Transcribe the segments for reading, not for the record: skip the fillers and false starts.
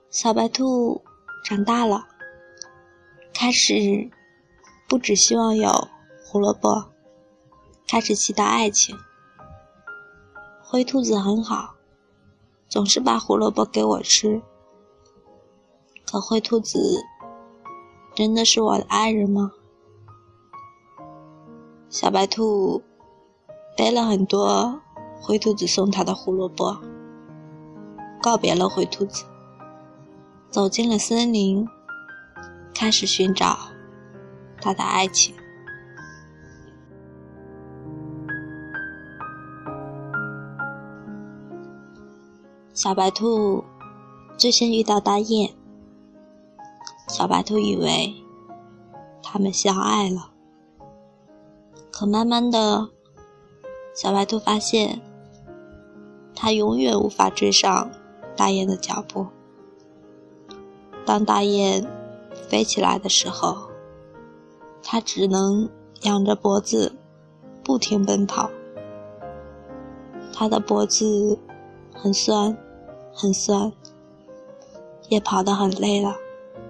小白兔长大了，开始不只希望有胡萝卜，开始期待爱情。灰兔子很好，总是把胡萝卜给我吃。可灰兔子真的是我的爱人吗？小白兔背了很多灰兔子送他的胡萝卜，告别了灰兔子，走进了森林，开始寻找他的爱情。小白兔最先遇到大雁，小白兔以为他们相爱了，可慢慢的，小白兔发现它永远无法追上大雁的脚步。当大雁飞起来的时候，它只能仰着脖子不停奔跑，它的脖子很酸很酸，也跑得很累了。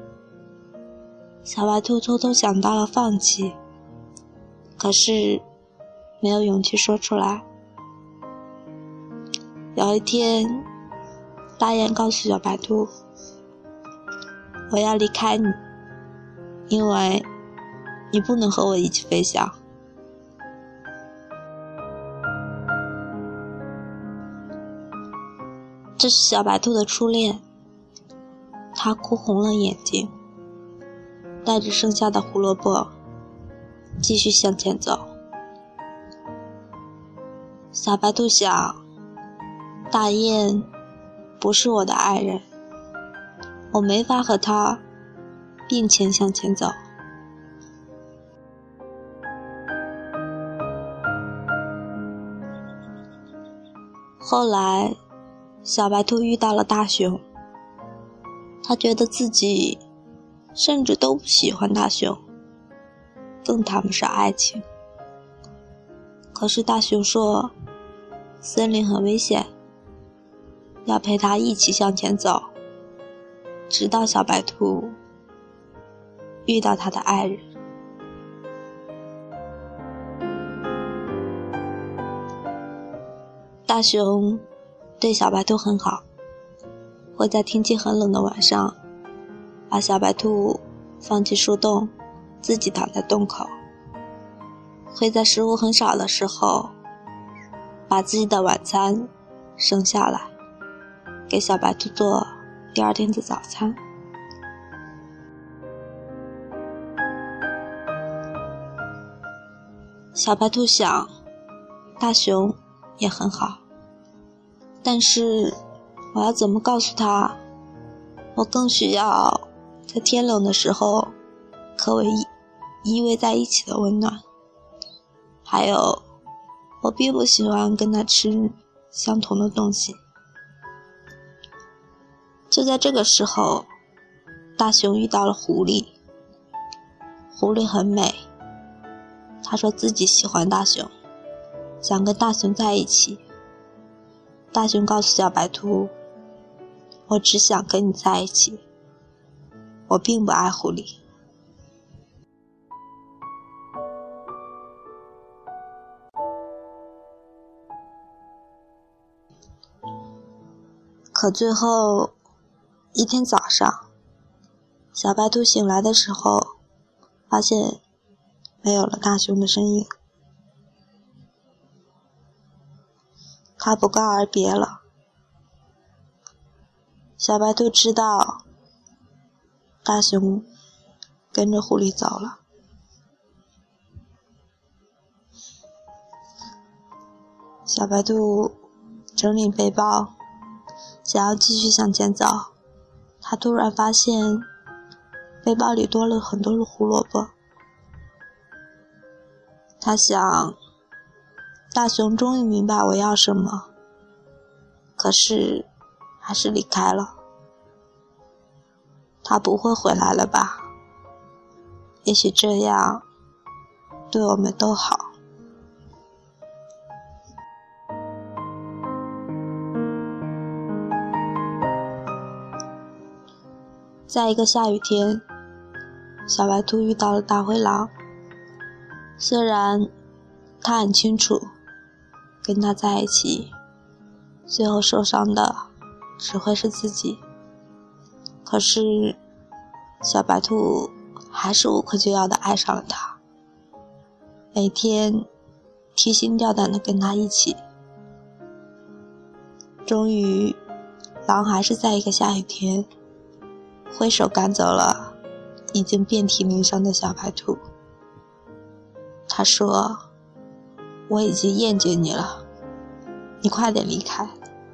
小白兔偷偷想到了放弃，可是没有勇气说出来。有一天，大雁告诉小白兔，我要离开你，因为你不能和我一起飞翔。这是小白兔的初恋，它哭红了眼睛，带着剩下的胡萝卜继续向前走。小白兔想，大雁不是我的爱人，我没法和他并肩向前走。后来小白兔遇到了大熊，他觉得自己甚至都不喜欢大熊，更谈不上爱情。可是大熊说森林很危险，要陪他一起向前走，直到小白兔遇到他的爱人。大熊对小白兔很好，会在天气很冷的晚上把小白兔放进树洞，自己躺在洞口，会在食物很少的时候把自己的晚餐剩下来给小白兔做第二天的早餐。小白兔想，大熊也很好，但是我要怎么告诉他，我更需要在天冷的时候可为依偎在一起的温暖，还有我并不喜欢跟他吃相同的东西。就在这个时候，大熊遇到了狐狸。狐狸很美，他说自己喜欢大熊，想跟大熊在一起。大熊告诉小白兔，我只想跟你在一起，我并不爱狐狸。可最后一天早上，小白兔醒来的时候，发现没有了大熊的身影，他不告而别了。小白兔知道大熊跟着狐狸走了。小白兔整理背包，想要继续向前走，他突然发现背包里多了很多的胡萝卜。他想，大熊终于明白我要什么，可是还是离开了。他不会回来了吧？也许这样对我们都好。 在一个下雨天，小白兔遇到了大灰狼。虽然他很清楚，跟他在一起，最后受伤的只会是自己，可是小白兔还是无可救药地爱上了他，每天提心吊胆地跟他一起。终于，狼还是在一个下雨天挥手赶走了已经遍体鳞伤的小白兔。他说，我已经厌倦你了，你快点离开。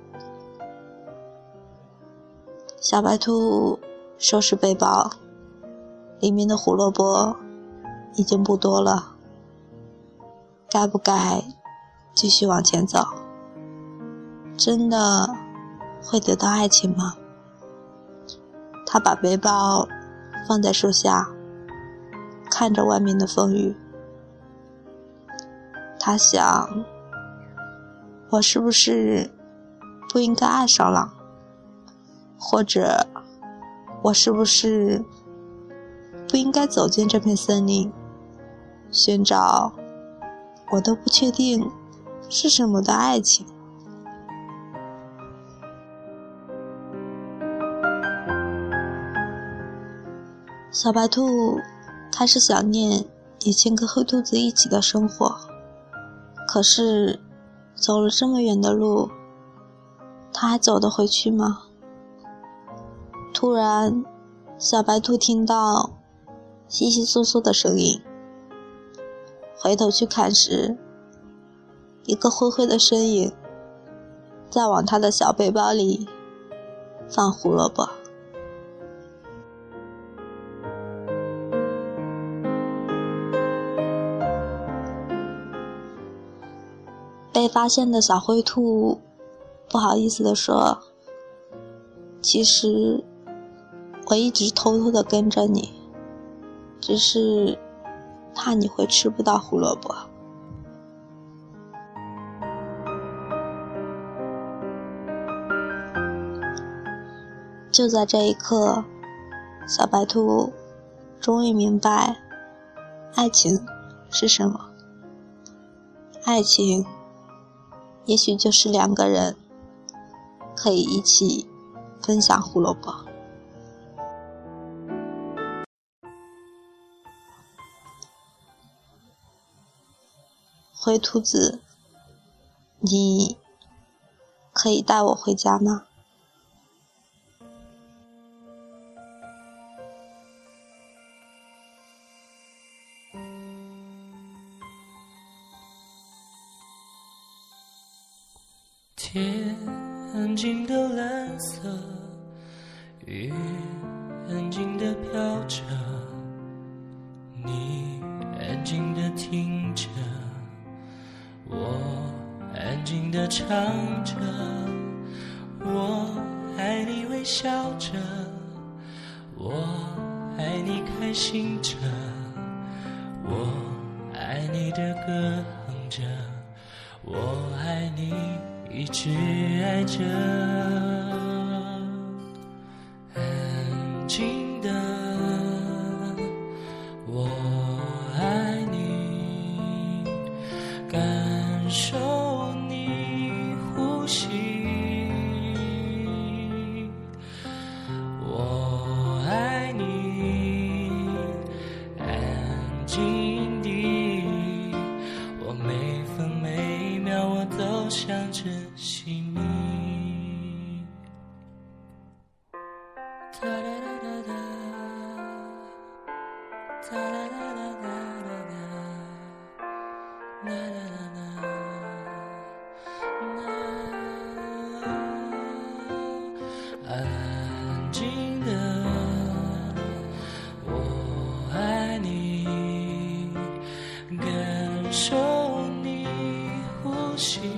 小白兔收拾背包，里面的胡萝卜已经不多了，该不该继续往前走？真的会得到爱情吗？他把背包放在树下，看着外面的风雨。他想，我是不是不应该爱上狼？或者，我是不是不应该走进这片森林，寻找我都不确定是什么的爱情？小白兔开始想念以前跟黑兔子一起的生活，可是走了这么远的路，他还走得回去吗？突然，小白兔听到窸窸窣窣的声音，回头去看时，一个灰灰的身影在往他的小背包里放胡萝卜。被发现的小灰兔不好意思地说，其实我一直偷偷地跟着你，只是怕你会吃不到胡萝卜。就在这一刻，小白兔终于明白爱情是什么。爱情也许就是两个人可以一起分享胡萝卜。灰兔子，你可以带我回家吗？ 天安静的蓝色，雨安静的飘着，你安静的听着，我安静的唱着，我爱你微笑着，我爱你开心着，我爱你的歌哼着，我爱你一直爱着。安静的我爱你，感受你呼吸，我爱你，安静地，我每分每秒我都想珍惜你。哒啦啦啦啦，哒啦啦啦啦啦啦，啦啦啦啦。安静的我爱你，感受你呼吸。